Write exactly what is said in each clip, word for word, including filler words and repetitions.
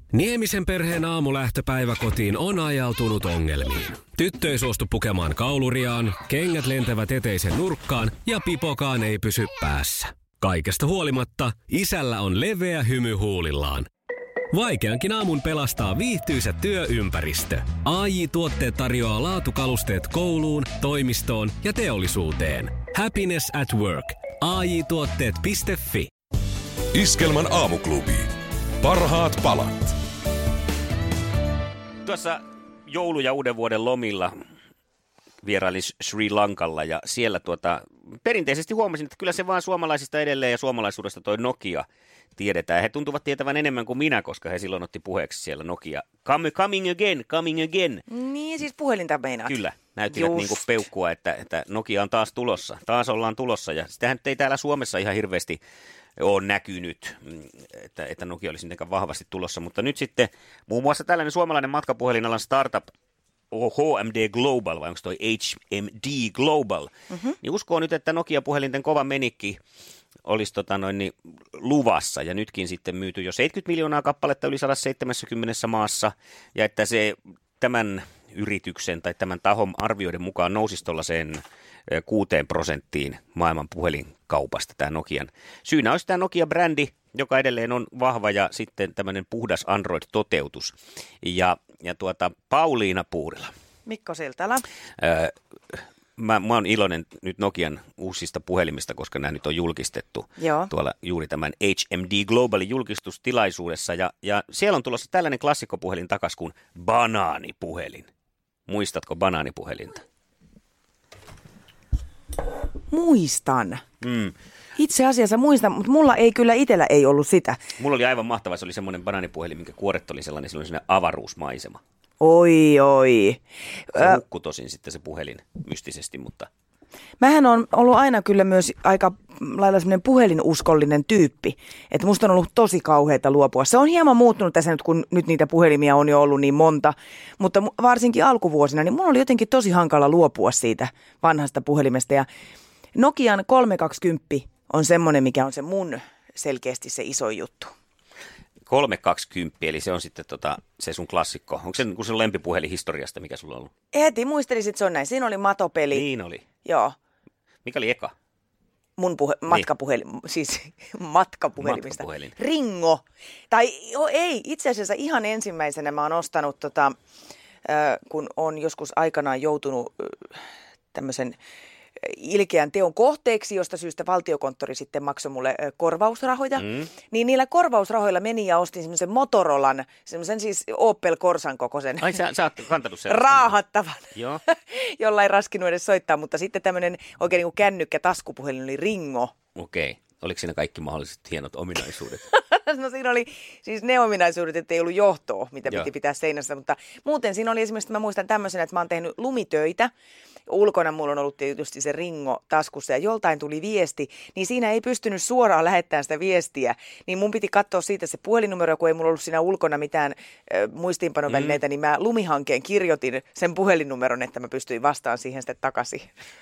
Niemisen perheen aamulähtöpäivä kotiin on ajautunut ongelmiin. Tyttö ei suostu pukemaan kauluriaan, kengät lentävät eteisen nurkkaan ja pipokaan ei pysy päässä. Kaikesta huolimatta, isällä on leveä hymy huulillaan. Vaikeankin aamun pelastaa viihtyisä työympäristö. A J-tuotteet tarjoaa laatukalusteet kouluun, toimistoon ja teollisuuteen. Happiness at work. A J tuotteet piste fi. Iskelmän aamuklubi. Parhaat palat. Tuossa joulu- ja uuden vuoden lomilla vierailin Sri Lankalla ja siellä tuota, perinteisesti huomasin, että kyllä se vaan suomalaisista edelleen ja suomalaisuudesta toi Nokia tiedetään. He tuntuvat tietävän enemmän kuin minä, koska he silloin otti puheeksi siellä Nokia. Come, coming again, coming again. Niin, siis puhelinta meinaat. Kyllä, näyttivät niin kuin peukkua, että, että Nokia on taas tulossa. Taas ollaan tulossa ja sitähän ei täällä Suomessa ihan hirveästi ole näkynyt, että, että Nokia olisi mitenkään vahvasti tulossa. Mutta nyt sitten muun muassa tällainen suomalainen matkapuhelinalan startup H M D Global, vai onko toi H M D Global, mm-hmm. niin uskoo nyt, että Nokia-puhelinten kova menikki olisi tota noin, niin, luvassa, ja nytkin sitten myyty jo seitsemänkymmentä miljoonaa kappaletta yli sata seitsemänkymmentä maassa, ja että se tämän yrityksen tai tämän tahon arvioiden mukaan nousisi tuollaiseen kuuteen prosenttiin maailman puhelinkaupasta tämä Nokian. Syynä olisi tämä Nokia-brändi, joka edelleen on vahva, ja sitten tämmöinen puhdas Android-toteutus. Ja, ja tuota, Pauliina Puurila. Mikko Siltala. Öö, mä, mä oon iloinen nyt Nokian uusista puhelimista, koska nämä nyt on julkistettu Joo. tuolla juuri tämän H M D Globalin julkistustilaisuudessa. Ja, ja siellä on tulossa tällainen klassikkopuhelin takas kuin banaanipuhelin. Muistatko banaanipuhelinta? Muistan. Mm. Itse asiassa muistan, mutta mulla ei kyllä itsellä ei ollut sitä. Mulla oli aivan mahtava, se oli semmoinen banaanipuhelin, minkä kuoret oli sellainen, sillä oli sellainen avaruusmaisema. Oi, oi. Se hukkui tosin sitten se puhelin mystisesti, mutta... Mähän on ollut aina kyllä myös aika lailla semmoinen puhelinuskollinen tyyppi, että musta on ollut tosi kauheata luopua. Se on hieman muuttunut tässä nyt, kun nyt niitä puhelimia on jo ollut niin monta, mutta varsinkin alkuvuosina, niin mun oli jotenkin tosi hankala luopua siitä vanhasta puhelimesta. Ja Nokian kolmesataakaksikymmentä on semmoinen, mikä on se mun selkeästi se iso juttu. kolmesataakaksikymmentä, eli se on sitten tota, se sun klassikko. Onko se kun sun lempipuhelin historiasta, mikä sulla on ollut? Heti muistelisit, se on näin. Siinä oli matopeli. Niin oli. Joo. Mikä oli eka? Mun puhe, matkapuhelin, niin. siis matkapuhelimista. Matkapuhelin. Ringo. Tai jo, ei, itse asiassa ihan ensimmäisenä mä oon ostanut, tota, äh, kun on joskus aikanaan joutunut äh, tämmöisen ilkeän teon kohteeksi, josta syystä valtiokonttori sitten maksoi mulle korvausrahoja, mm. niin niillä korvausrahoilla meni ja ostin semmoisen Motorolan, semmoisen siis Opel Corsan kokoisen. Ai sä, sä oot kantanut sen. Raahattavan, Joo. jolla ei raskinut edes soittaa, mutta sitten tämmöinen oikein niin kuin kännykkä taskupuhelin oli Ringo. Okei. Okay. Oliko siinä kaikki mahdolliset hienot ominaisuudet? No siinä oli siis ne ominaisuudet, että ei ollut johtoa, mitä Joo. piti pitää seinässä, mutta muuten siinä oli esimerkiksi, mä muistan tämmöisenä, että mä oon tehnyt lumitöitä. Ulkona mulla on ollut tietysti se Ringo taskussa ja joltain tuli viesti, niin siinä ei pystynyt suoraan lähettämään sitä viestiä. Niin mun piti katsoa siitä se puhelinnumero, kun ei mulla ollut siinä ulkona mitään äh, muistiinpanovälineitä, mm. niin mä lumihankeen kirjoitin sen puhelinnumeron, että mä pystyin vastaan siihen sitten takaisin.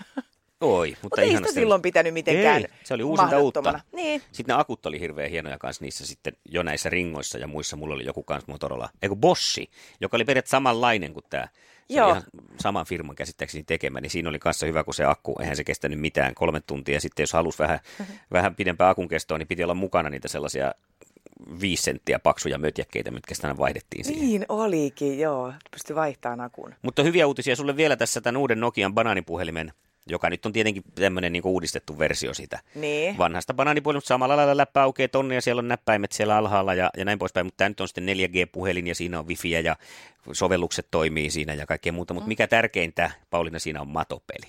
Oi, mutta, mutta ei sitä silloin pitänyt mitenkään ei, se oli uusinta uutta. Niin. Sitten ne akut oli hirveän hienoja kanssa niissä sitten jo näissä Ringoissa ja muissa. Mulla oli joku kans Motorola, eiku Bosch, joka oli periaatteessa samanlainen kuin tämä. Se oli ihan saman firman käsittääkseni tekemä, niin siinä oli kanssa hyvä, kun se akku, eihän se kestänyt mitään kolme tuntia. Ja sitten jos halusi vähän, vähän pidempää akun kestoa, niin piti olla mukana niitä sellaisia viisi senttiä paksuja mötjäkkeitä, mitkä sitten vaihdettiin siihen. Niin olikin, joo. Pystyi vaihtamaan akun. Mutta hyviä uutisia sulle vielä tässä tämän uuden Nokian banaanipuhelimen, joka nyt on tietenkin tämmöinen niin kuin uudistettu versio sitä niin. vanhasta banaanipuhelimesta. Samalla lailla läppä aukeaa tonne ja siellä on näppäimet siellä alhaalla ja, ja näin poispäin. Mutta tämä nyt on sitten neljä G-puhelin ja siinä on wifiä ja sovellukset toimii siinä ja kaikkea muuta. Mutta mikä tärkeintä, Pauliina, siinä on matopeli.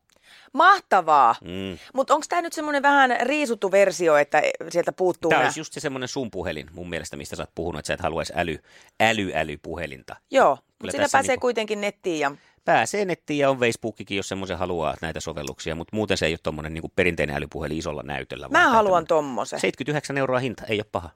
Mahtavaa! Mm. Mutta onko tämä nyt semmoinen vähän riisuttu versio, että sieltä puuttuu Tämä nää... olisi just se semmoinen sun puhelin mun mielestä, mistä sä oot puhunut, että sä et haluaisi äly, äly, älypuhelinta. Joo, mutta sillä pääsee niinku... kuitenkin nettiin ja... Pääsee nettiin ja on Facebookikin, jos semmoisen haluaa näitä sovelluksia, mutta muuten se ei ole tommoinen niin kuin perinteinen älypuhelin isolla näytöllä. Mä haluan tommosen. seitsemänkymmentäyhdeksän euroa hinta, ei ole paha.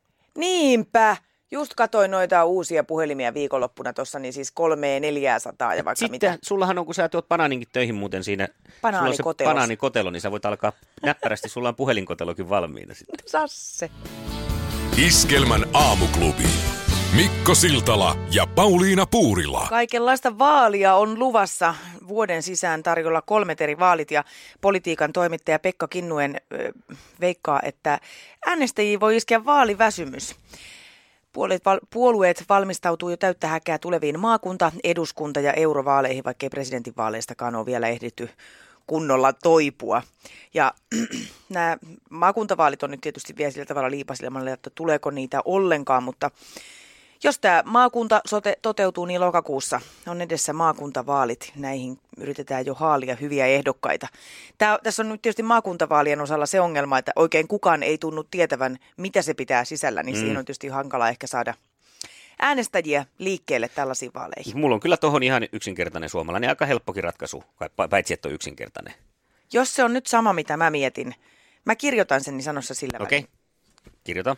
Niinpä! Just katoin noita uusia puhelimia viikonloppuna tuossa, niin siis kolme neljäsataa ja vaikka Sitten, mitä. Sitten sullahan on, kun sä tuot banaaninkin töihin muuten siinä. Banaanikotelo. Sulla on se banaanikotelo, niin sä voit alkaa näppärästi, sulla on puhelinkotelokin valmiina sitten. Sasse. Iskelmän aamuklubi. Mikko Siltala ja Pauliina Puurila. Kaikenlaista vaalia on luvassa. Vuoden sisään tarjolla kolmet eri vaalit ja politiikan toimittaja Pekka Kinnuen ö, veikkaa, että äänestäjiä voi iskeä vaaliväsymys. Puolueet, val, puolueet valmistautuu jo täyttä häkää tuleviin maakunta-, eduskunta- ja eurovaaleihin, vaikkei presidentinvaaleistakaan ole vielä ehditty kunnolla toipua. Ja nämä maakuntavaalit on nyt tietysti vielä sillä tavalla liipasilemalla, että tuleeko niitä ollenkaan, mutta jos tämä maakunta sote toteutuu, niin lokakuussa on edessä maakuntavaalit. Näihin yritetään jo haalia hyviä ehdokkaita. Tää, tässä on nyt tietysti maakuntavaalien osalla se ongelma, että oikein kukaan ei tunnu tietävän, mitä se pitää sisällä, niin mm. siinä on tietysti hankala ehkä saada äänestäjiä liikkeelle tällaisiin vaaleihin. Mulla on kyllä tuohon ihan yksinkertainen suomalainen, aika helppokin ratkaisu, paitsi että on yksinkertainen. Jos se on nyt sama, mitä mä mietin, mä kirjoitan sen, niin sano sä sillä Okei, okay. Kirjoita.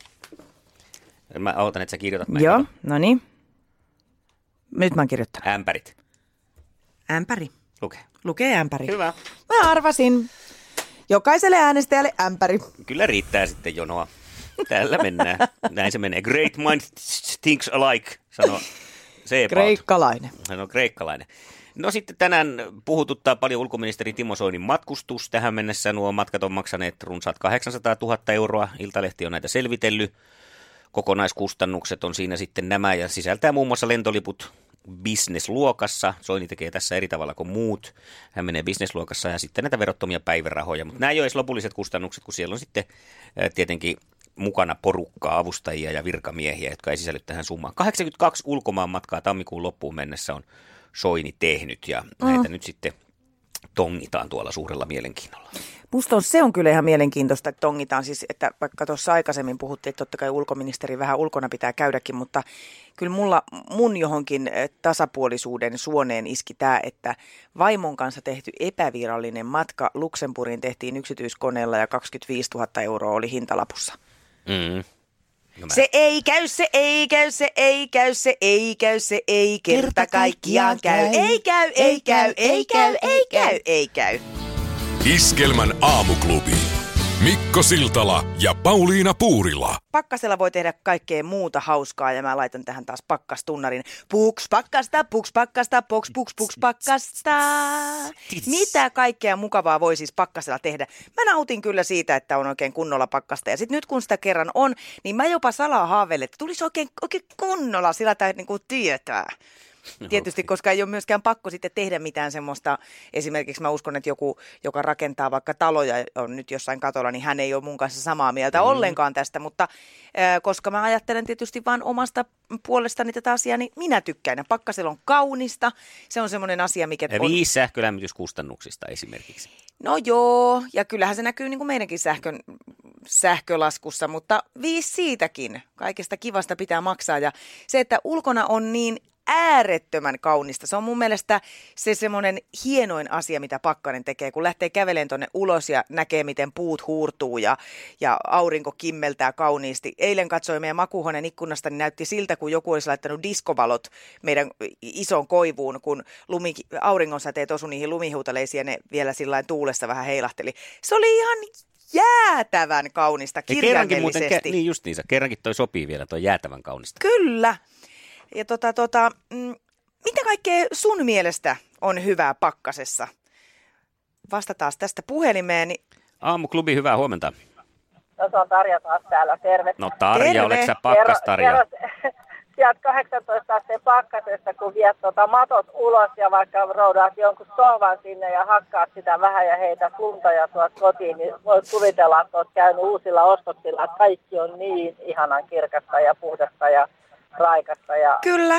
Mä autan, että sä kirjoitat. Joo, no niin. Nyt mä oon kirjoittanut. Ämpärit. Ämpäri. Lukee. Lukee ämpäri. Hyvä. Mä arvasin. Jokaiselle äänestäjälle ämpäri. Kyllä riittää sitten jonoa. Tällä mennään. Näin se menee. Great minds thinks alike, sanoo Seepaut. Kreikkalainen. Sanoo kreikkalainen. No sitten tänään puhututtaa paljon ulkoministeri Timo Soinin matkustus. Tähän mennessä nuo matkat on maksaneet runsaat kahdeksansataatuhatta euroa. Iltalehti on näitä selvitellyt. Kokonaiskustannukset on siinä sitten nämä ja sisältää muun muassa lentoliput business-luokassa. Soini tekee tässä eri tavalla kuin muut. Hän menee business-luokassa ja sitten näitä verottomia päivärahoja. Mutta nämä ei ole edes lopulliset kustannukset, kun siellä on sitten tietenkin mukana porukkaa, avustajia ja virkamiehiä, jotka ei sisälly tähän summaan. kahdeksankymmentäkaksi ulkomaan matkaa tammikuun loppuun mennessä on Soini tehnyt ja mm. näitä nyt sitten tongitaan tuolla suurella mielenkiinnolla. Musta on, se on kyllä ihan mielenkiintoista, että tongitaan siis, että vaikka tuossa aikaisemmin puhuttiin, että totta kai ulkoministeri vähän ulkona pitää käydäkin, mutta kyllä mulla, mun johonkin tasapuolisuuden suoneen iski tämä, että vaimon kanssa tehty epävirallinen matka Luxemburgiin tehtiin yksityiskoneella ja kaksikymmentäviisituhatta euroa oli hintalapussa. Mm. No se ei käy, se ei käy, se ei käy, se ei käy, se ei kerta kaikkiaan käy. Ei käy, ei käy, ei käy, ei käy, ei käy. Iskelmän aamuklubi. Mikko Siltala ja Pauliina Puurila. Pakkasella voi tehdä kaikkea muuta hauskaa ja mä laitan tähän taas pakkastunnarin. Puks pakkasta, puks pakkasta, poks puks puks pakkasta. Mitä kaikkea mukavaa voi siis pakkasella tehdä? Mä nautin kyllä siitä, että on oikein kunnolla pakkasta. Ja sitten nyt kun sitä kerran on, niin mä jopa salaa haaveilen, että tulisi oikein, oikein kunnolla sillä tai niin kuin tietää. Tietysti, koska ei ole myöskään pakko sitten tehdä mitään semmoista, esimerkiksi mä uskon, että joku, joka rakentaa vaikka taloja, on nyt jossain katolla, niin hän ei ole mun kanssa samaa mieltä mm. ollenkaan tästä, mutta äh, koska mä ajattelen tietysti vaan omasta puolestani tätä asiaa, niin minä tykkään. Ja pakkasella on kaunista, se on semmoinen asia, mikä ja on... viisi sähkölämmityskustannuksista esimerkiksi. No joo, ja kyllähän se näkyy niin kuin meidänkin sähkön, sähkölaskussa, mutta viisi siitäkin. Kaikesta kivasta pitää maksaa, ja se, että ulkona on niin äärettömän kaunista. Se on mun mielestä se semmoinen hienoin asia, mitä Pakkanen tekee, kun lähtee kävelemään tuonne ulos ja näkee, miten puut huurtuu ja, ja aurinko kimmeltää kauniisti. Eilen katsoin meidän makuuhuoneen ikkunasta, niin näytti siltä, kun joku olisi laittanut diskovalot meidän isoon koivuun, kun lumi, auringonsäteet osui niihin lumihuutaleisiin ja ne vielä sillain tuulessa vähän heilahteli. Se oli ihan jäätävän kaunista kirjaimellisesti. Muuten, niin justiinsa, kerrankin toi sopii vielä toi jäätävän kaunista. Kyllä. Ja tota, tota, mm, mitä kaikkea sun mielestä on hyvää pakkasessa? Vastataan tästä puhelimeen. Aamuklubi, hyvää huomenta. No se on Tarja taas täällä, terve. No Tarja, oletko sä pakkas Tarja? Sieltä kahdeksantoista asteen pakkasesta, kun viet tota matot ulos ja vaikka roudaat jonkun sohvan sinne ja hakkaat sitä vähän ja heität lunta ja tuot kotiin, niin voit kuvitella, että olet käynyt uusilla ostoksilla, että kaikki on niin ihanan kirkasta ja puhdasta ja raikasta ja kyllä.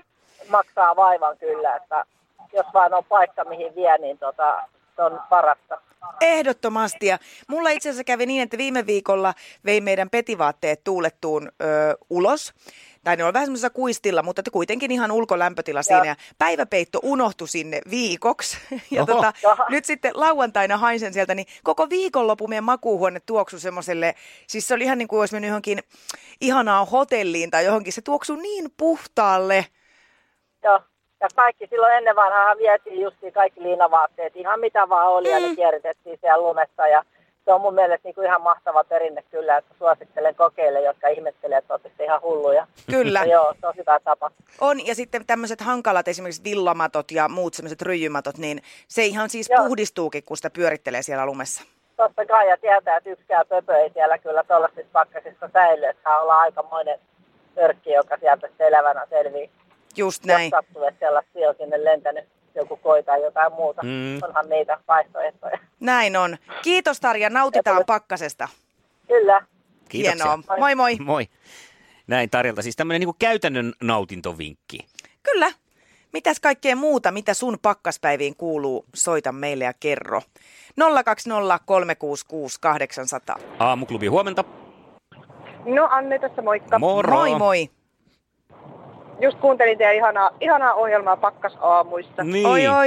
Maksaa vaivan kyllä, että jos vaan on paikka mihin vie, niin tota, se on parasta. Ehdottomasti. Ja mulla itse asiassa kävi niin, että viime viikolla vei meidän petivaatteet tuulettuun ö, ulos. Tai ne oli vähän semmoisessa kuistilla, mutta kuitenkin ihan ulkolämpötila siinä. Ja päiväpeitto unohtui sinne viikoksi. Ja tota, nyt sitten lauantaina hain sen sieltä, niin koko viikonloppu meidän makuuhuone tuoksui semmoiselle, siis se oli ihan niin kuin olisi mennyt johonkin ihanaan hotelliin tai johonkin. Se tuoksui niin puhtaalle. Joo. Ja kaikki silloin ennen vanhaan vietiin justiin kaikki liinavaatteet, ihan mitä vaan oli, mm. ja ne kierrätettiin siellä lumessa. Ja se on mun mielestä niin kuin ihan mahtava perinne kyllä, että suosittelen kokeille, jotka ihmettelee, että olette ihan hulluja. Kyllä. Ja joo, se on hyvä tapa. On, ja sitten tämmöiset hankalat esimerkiksi villamatot ja muut semmoiset ryijymatot, niin se ihan siis Joo. puhdistuukin, kun sitä pyörittelee siellä lumessa. Totta kai, ja tietää, että yksikään pöpö ei siellä kyllä tuollaisissa pakkasissa säily, että saa olla aikamoinen örkki, joka sieltä elävänä selvii. Just näin. Jos sattuu, että sellaisia on sinne lentänyt joku koi tai jotain muuta. Mm. Onhan niitä vaihtoehtoja. Näin on. Kiitos Tarja, nautitaan Eipä- pakkasesta. Kyllä. Kiitoksia. Hienoa. Moi moi. Moi. Näin Tarjalta. Siis tämmöinen niin kuin käytännön nautintovinkki. Kyllä. Mitäs kaikkea muuta, mitä sun pakkaspäiviin kuuluu, soita meille ja kerro. nolla kaksi nolla kolme kuusi kuusi kahdeksan nolla nolla. Aamuklubi, huomenta. No Anne tässä, moikka. Moro. Moi moi. Just kuuntelin teidän ihanaa, ihanaa ohjelmaa Pakkasaamuissa. Niin. Oi oi.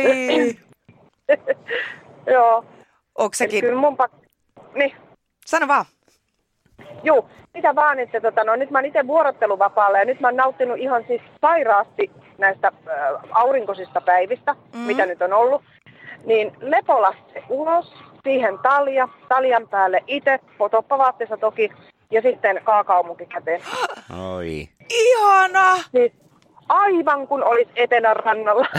Joo. Onks säkin? Kyllä mun pak... Niin, Sano vaan. juu. Mitä vaan, että tota, no, nyt mä oon itse vuorotteluvapaalla ja nyt mä oon nauttinut ihan siis sairaasti näistä äh, aurinkoisista päivistä, Mm. mitä nyt on ollut. Niin lepolaste ulos, siihen talja, taljan päälle itse, toppavaatteessa toki, ja sitten kaakaomunki käteen. Oi. Ihana. Siis aivan kun olisi Etelän rannalla.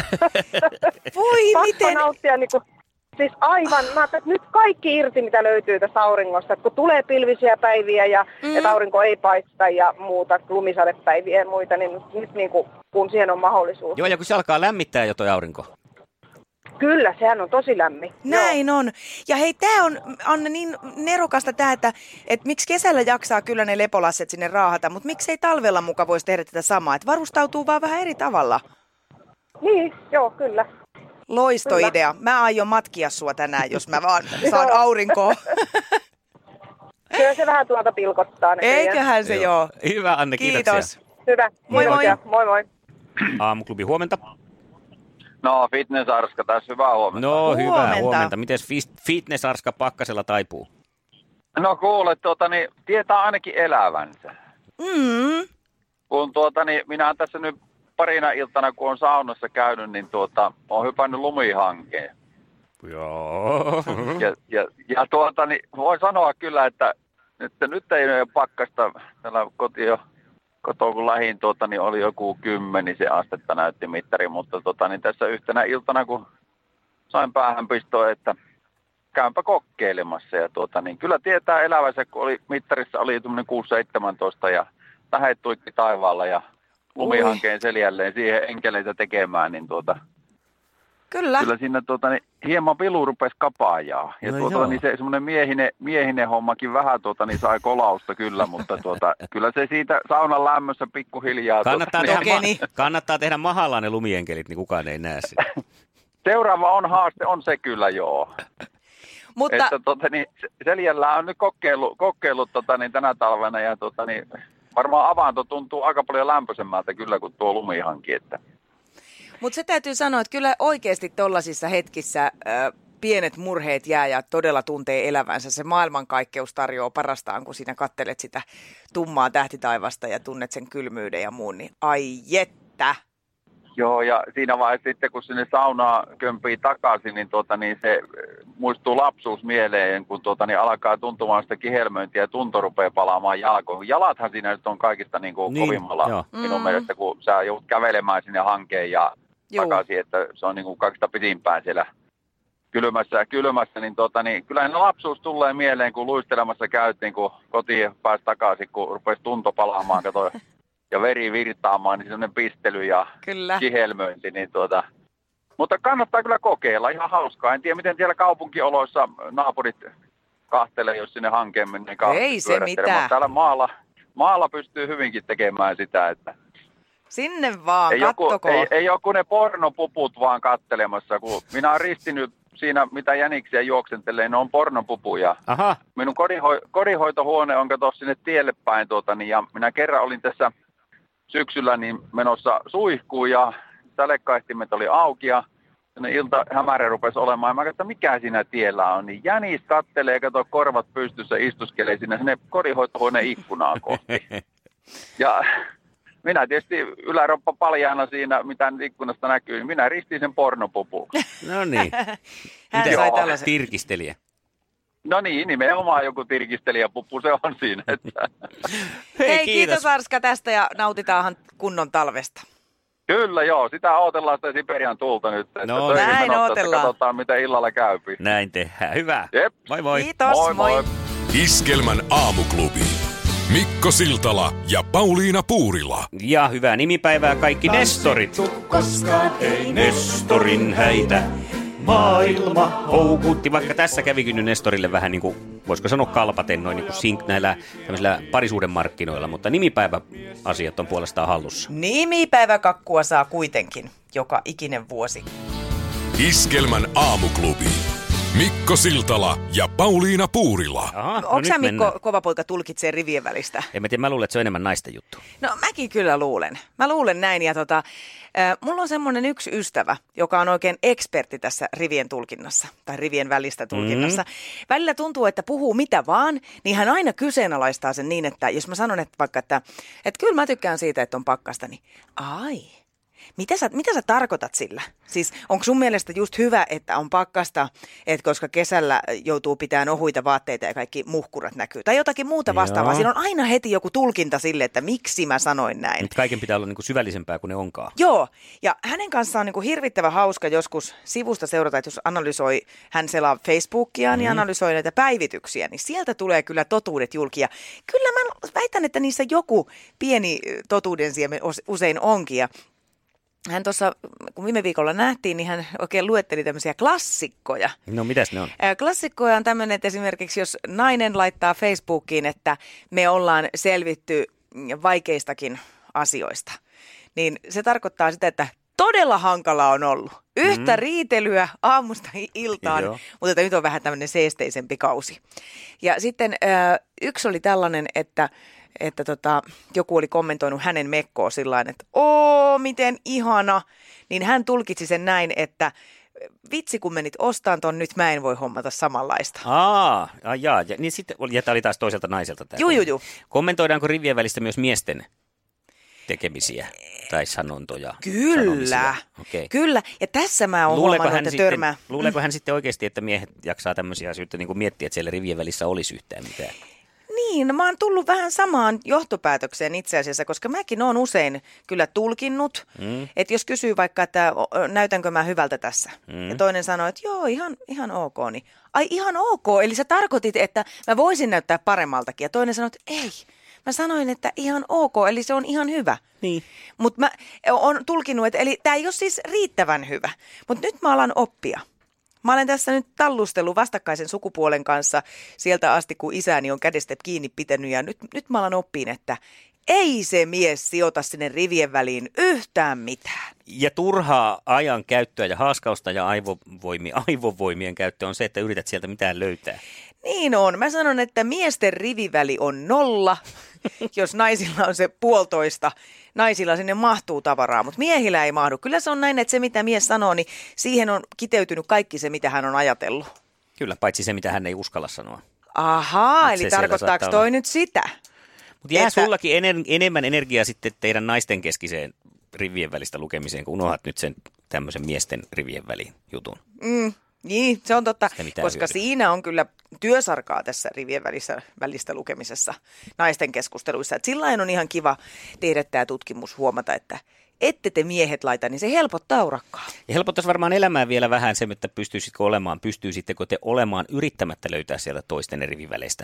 Voi Pakko miten. nauttia niinku, siis aivan, mä ajattelin, että nyt kaikki irti mitä löytyy tässä auringosta, että kun tulee pilvisiä päiviä ja Mm. että aurinko ei paista ja muuta, lumisadepäiviä ja muita, niin nyt niinku, kun siihen on mahdollisuus. Joo, ja kun se alkaa lämmittää jo toi aurinko. Kyllä, sehän on tosi lämmin. Näin on. Ja hei, tää on, Anne, niin nerokasta tää, että, että miksi kesällä jaksaa kyllä ne lepolasset sinne raahata, mutta miksei talvella muka voisi tehdä tätä samaa, että varustautuu vaan vähän eri tavalla. Joo. Niin, joo, kyllä. Loistoidea. Mä aion matkia sua tänään, jos mä vaan saan Joo. aurinkoa. Kyllä se vähän tuolta pilkottaa. näköjään. Eiköhän se joo. Hyvä, Anne, kiitoksia. Kiitos. Hyvä. Moi, Kiitoksia. Moi moi. Aamuklubi, huomenta. No, fitnessarska tässä, hyvää huomenta. No, hyvää Huomenta. huomenta. Mites fis- fitnessarska pakkasella taipuu? No kuule, tuota, niin, tietää ainakin elävänsä. Mm. Kun tuota, niin, minä tässä nyt parina iltana, kun on saunassa käynyt, niin tuota, olen hypännyt lumihankeen. Joo. Ja, ja, ja tuota, niin, voin sanoa kyllä, että nyt, nyt ei ole pakkasta. Täällä koti jo, kotoa kun lähin, tuota, niin oli joku kymmenisen astetta näytti mittari, mutta tuota, niin tässä yhtenä iltana, kun sain päähänpistoa, että käympä kokeilemassa. Ja tuota, niin kyllä tietää elävänsä, kun oli, mittarissa oli tuommoinen kuusi seitsemäntoista ja lähet tuikki taivaalla ja lumihankeen seljälleen siihen enkeleitä tekemään, niin tuota, Kyllä. kyllä siinä tuota, niin hieman vilu rupesi kapaajaa. Ja No tuota, joo. niin se semmoinen miehinen, miehinen hommakin vähän tuota, niin sai kolausta kyllä, mutta tuota, kyllä se siitä saunan lämmössä pikkuhiljaa. Kannattaa, tuota, tehdä, Okei, ma- kannattaa tehdä mahallaan ne lumienkelit, niin kukaan ei näe sitä. seuraava on haaste, on se kyllä joo. Mutta Että tota, niin, Seljällä on nyt kokeilu, kokeilu tota, niin, tänä talvena ja tota, niin, varmaan avanto tuntuu aika paljon lämpöisemmältä kyllä kuin tuo lumihanki. Että. Mutta se täytyy sanoa, että kyllä oikeasti tollaisissa hetkissä äh, pienet murheet jää ja todella tuntee elävänsä. Se maailmankaikkeus tarjoaa parastaan, kun sinä kattelet sitä tummaa tähtitaivasta ja tunnet sen kylmyyden ja muun. Niin ai jettä! Joo, ja siinä vaiheessa sitten, kun sinne saunaa kömpii takaisin, niin, tuota, niin se muistuu lapsuus mieleen, kun tuota, niin alkaa tuntumaan sitä kihelmöintiä ja tunto rupeaa palaamaan jalkoihin. Jalathan siinä nyt on kaikista niin kuin Niin, kovimmalla joo. minun Mm. mielestä, kun sä joudut kävelemään sinne hankeen ja Juu. takaisin, että se on niin kuin kaikista pisimpään siellä kylmässä, kylmässä niin, tuota, niin kyllähän lapsuus tulee mieleen, kun luistelemassa käytiin, kun kotiin pääsi takaisin, kun rupesi tunto palaamaan, kato, ja veri virtaamaan, niin sellainen pistely ja Kyllä. kihelmöinti, niin tuota, mutta kannattaa kyllä kokeilla, ihan hauskaa. En tiedä, miten siellä kaupunkioloissa naapurit kahtelee, jos sinne hankeen menee Ei se pyörähtelemään. mitään. Mutta täällä maalla, maalla pystyy hyvinkin tekemään sitä, että Sinne vaan, ei, joku, kattoko. ei, ei ole kuin ne pornopuput vaan kattelemassa, kun minä olen ristinyt siinä, mitä jäniksiä juoksentelee, ne on pornopupuja. Aha. Minun kodinho- kodinhoitohuone on kato sinne tielle päin, tuota, niin, ja minä kerran olin tässä syksyllä niin menossa suihkuun ja sälekkaihtimet oli auki ja ilta hämärä rupesi olemaan. Ja mä katsoin, että mikä siinä tiellä on, niin jänis kattelee ja kato korvat pystyssä istuskelee sinne sinne kodinhoitohuoneen ikkunaan kohti. Ja minä tietysti yläroppa paljaana siinä, mitä nyt ikkunasta näkyy, niin minä ristin sen pornopupun. No niin. Hän Miten sai Joo. tällaisen. tirkistelijä? No niin, nimenomaan joku tirkistelijäpuppu se on siinä. Että. Hei, Hei kiitos. kiitos Arska tästä ja nautitaanhan kunnon talvesta. Kyllä joo, sitä odotellaan sitä Siperian tulta nyt. No näin odotellaan. Katsotaan miten illalla käypi. Näin tehdään, hyvä. Jep. Moi moi. Kiitos, moi. moi. moi. Iskelmän aamuklubi. Mikko Siltala ja Pauliina Puurila. Ja hyvää nimipäivää kaikki Nestorit. Koskaan ei Nestorin häitä. Maailma houkutti, vaikka tässä kävikin nyt Nestorille vähän niin kuin, voisiko sanoa kalpaten noin niin kuin sink näillä tämmöisillä parisuuden markkinoilla, mutta nimipäiväasiat on puolestaan hallussa. Nimipäiväkakkua saa kuitenkin joka ikinen vuosi. Iskelmän aamuklubi. Mikko Siltala ja Pauliina Puurila. Aha, no onko sä Mikko mennään. Kova poika tulkitsee rivien välistä? En mä tiedä, mä luulen, että se on enemmän naisten juttu. No mäkin kyllä luulen. Mä luulen näin ja tota, äh, mulla on semmoinen yksi ystävä, joka on oikein ekspertti tässä rivien tulkinnassa tai rivien välistä tulkinnassa. Mm. Välillä tuntuu, että puhuu mitä vaan, niin hän aina kyseenalaistaa sen niin, että jos mä sanon että vaikka, että, että kyllä mä tykkään siitä, että on pakkasta, niin ai. Mitä sä, mitä sä tarkoitat sillä? Siis onko sun mielestä just hyvä, että on pakkasta, että koska kesällä joutuu pitämään ohuita vaatteita ja kaikki muhkurat näkyy? Tai jotakin muuta vastaavaa. Siinä on aina heti joku tulkinta sille, että miksi mä sanoin näin. Nyt kaiken pitää olla niinku syvällisempää kuin ne onkaan. Joo, ja hänen kanssaan on niinku hirvittävän hauska joskus sivusta seurata, että jos analysoi, hän selaa Facebookiaan mm. ja analysoi näitä päivityksiä, niin sieltä tulee kyllä totuudet julki. Ja kyllä mä väitän, että niissä joku pieni totuuden siemen usein onkin. Ja hän tuossa, kun viime viikolla nähtiin, niin hän oikein luetteli tämmöisiä klassikkoja. No mitäs ne on? Klassikkoja on tämmöinen, että esimerkiksi jos nainen laittaa Facebookiin, että me ollaan selvitty vaikeistakin asioista, niin se tarkoittaa sitä, että todella hankala on ollut. Yhtä mm. riitelyä aamusta iltaan, Joo. mutta että nyt on vähän tämmöinen seesteisempi kausi. Ja sitten yksi oli tällainen, että että tota, joku oli kommentoinut hänen mekkoa sillain, että oo, miten ihana, niin hän tulkitsi sen näin, että vitsi kun menit ostaan ton, nyt mä en voi hommata samanlaista. Aa, jaa, ja, niin sitten, ja tämä oli taas toiselta naiselta tämä. Juu, juu, juu. Kommentoidaanko rivien välistä myös miesten tekemisiä tai sanontoja? Kyllä, okay. Kyllä. Ja tässä mä oon luuleeko huomannut, että törmää. Luuleeko hän sitten oikeasti, että miehet jaksaa tämmöisiä asioita niin kuin miettiä, että siellä rivien välissä olisi yhtään mitään? Niin, mä oon tullut vähän samaan johtopäätökseen itse asiassa, koska mäkin oon usein kyllä tulkinnut, mm. että jos kysyy vaikka, että näytänkö mä hyvältä tässä, mm. ja toinen sanoo, että joo, ihan, ihan ok, niin ai ihan ok, eli sä tarkoitit, että mä voisin näyttää paremmaltakin, ja toinen sanoo, että ei, mä sanoin, että ihan ok, eli se on ihan hyvä. Niin. Mutta mä oon tulkinnut, että eli tää ei ole siis riittävän hyvä, mutta nyt mä alan oppia. Mä olen tässä nyt tallustellut vastakkaisen sukupuolen kanssa sieltä asti, kun isäni on kädestä kiinni pitänyt. Ja nyt, nyt mä alan oppiin, että ei se mies sijoita sinne rivien väliin yhtään mitään. Ja turhaa ajan käyttöä ja haaskausta ja aivovoimi, aivovoimien käyttöä on se, että yrität sieltä mitään löytää. Niin on. Mä sanon, että miesten riviväli on nolla, jos naisilla on se puolitoista. Naisilla sinne mahtuu tavaraa, mutta miehillä ei mahdu. Kyllä se on näin, että se mitä mies sanoo, niin siihen on kiteytynyt kaikki se, mitä hän on ajatellut. Kyllä, paitsi se, mitä hän ei uskalla sanoa. Ahaa, eli tarkoittaako toi olla nyt sitä? Mutta jää että sullakin ener- enemmän energiaa sitten teidän naisten keskiseen rivien välistä lukemiseen, kun unohdat nyt sen tämmöisen miesten rivien välin jutun. Mm. Niin, se on totta, koska hyödyä. Siinä on kyllä työsarkaa tässä rivien välissä, välistä lukemisessa naisten keskusteluissa. Et sillain on ihan kiva tehdä tämä tutkimus, huomata, että ette te miehet laita, niin se helpottaa urakkaa. Ja helpottaisi varmaan elämää vielä vähän se, että pystyisitkö olemaan, pystyisittekö te olemaan yrittämättä löytää sieltä toisten rivien välistä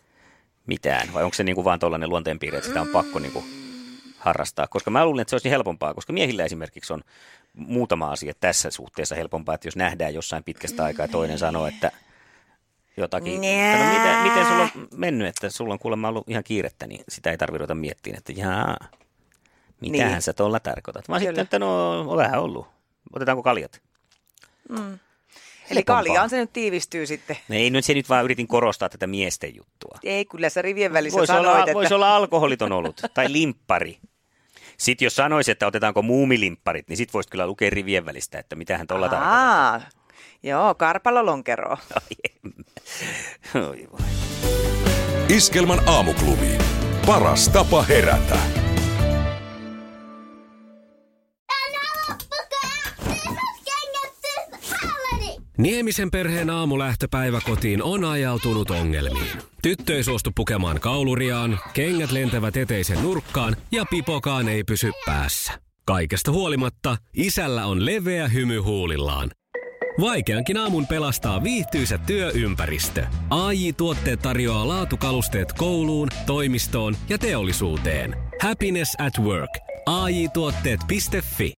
mitään? Vai onko se niinku vaan tuollainen luonteenpiirre, että sitä on pakko niinku harrastaa? Koska mä luulen, että se olisi helpompaa, koska miehillä esimerkiksi on muutama asia tässä suhteessa helpompaa, että jos nähdään jossain pitkästä aikaa ja toinen sanoo, että jotakin, sano, miten, miten sulla on mennyt, että sulla on kuulemma ollut ihan kiirettä, niin sitä ei tarvitse ruveta miettimään, että jaa, mitähän niin sä tuolla tarkoitat. Vaan sitten, että no, on vähän ollut. Otetaanko kaljat? Mm. Eli kaljaan se nyt tiivistyy sitten. No ei nyt se nyt vaan yritin korostaa tätä miesten juttua. Ei, kyllä sä rivien välissä voisi sanoit, olla, että voisi olla alkoholiton olut tai limppari. Sitten jos sanoisi, että otetaanko muumilimpparit, niin sit voisit kyllä lukea rivien välistä, että mitähän tuolla tarkoittaa. Joo, karpalolonkeroa. Iskelmän aamuklubi. Paras tapa herätä. Niemisen perheen aamulähtöpäivä kotiin on ajautunut ongelmiin. Tyttö ei suostu pukemaan kauluriaan, kengät lentävät eteisen nurkkaan ja pipokaan ei pysy päässä. Kaikesta huolimatta, isällä on leveä hymy huulillaan. Vaikeankin aamun pelastaa viihtyisä työympäristö. A J-tuotteet tarjoaa laatukalusteet kouluun, toimistoon ja teollisuuteen. Happiness at work. A J tuotteet piste fi